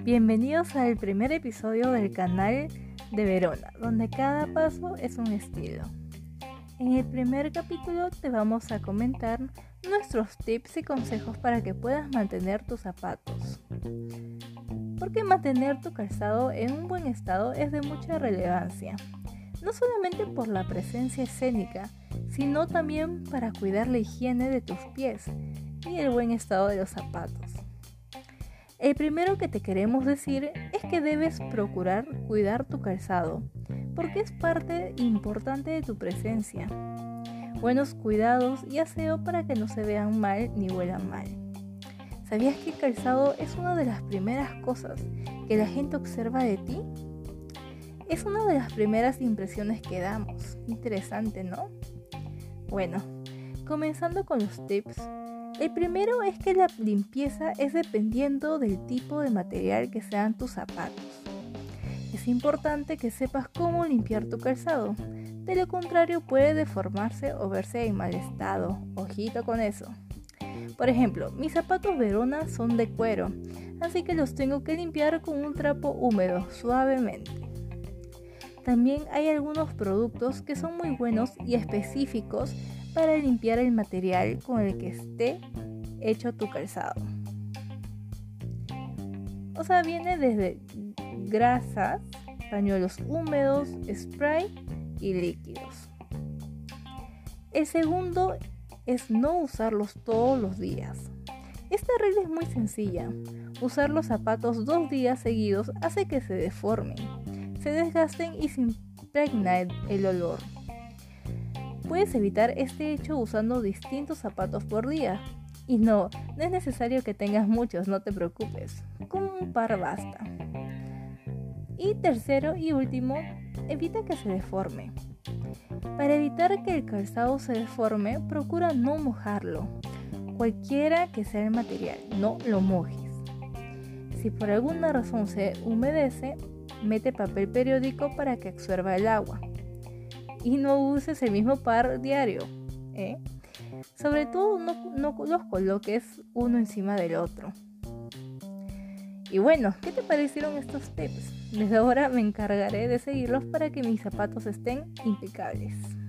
Bienvenidos al primer episodio del canal de Verona, donde cada paso es un estilo. En el primer capítulo te vamos a comentar nuestros tips y consejos para que puedas mantener tus zapatos. Porque mantener tu calzado en un buen estado es de mucha relevancia, no solamente por la presencia escénica, sino también para cuidar la higiene de tus pies y el buen estado de los zapatos. El primero que te queremos decir es que debes procurar cuidar tu calzado, porque es parte importante de tu presencia. Buenos cuidados y aseo para que no se vean mal ni huelan mal. ¿Sabías que el calzado es una de las primeras cosas que la gente observa de ti? Es una de las primeras impresiones que damos. Interesante, ¿no? Bueno, comenzando con los tips. El primero es que la limpieza es dependiendo del tipo de material que sean tus zapatos. Es importante que sepas cómo limpiar tu calzado. De lo contrario puede deformarse o verse en mal estado. Ojito con eso. Por ejemplo, mis zapatos Verona son de cuero, así que los tengo que limpiar con un trapo húmedo, suavemente. También hay algunos productos que son muy buenos y específicos para limpiar el material con el que esté hecho tu calzado. O sea, viene desde grasas, pañuelos húmedos, spray y líquidos. El segundo es no usarlos todos los días. Esta regla es muy sencilla. Usar los zapatos 2 días seguidos hace que se deformen, se desgasten y se impregna el olor. Puedes evitar este hecho usando distintos zapatos por día. Y no es necesario que tengas muchos, no te preocupes. Con un par basta. Y tercero y último, evita que se deforme. Para evitar que el calzado se deforme, procura no mojarlo. Cualquiera que sea el material, no lo mojes. Si por alguna razón se humedece, mete papel periódico para que absorba el agua. Y no uses el mismo par diario, Sobre todo no los coloques uno encima del otro. Y bueno, ¿qué te parecieron estos tips? Desde ahora me encargaré de seguirlos para que mis zapatos estén impecables.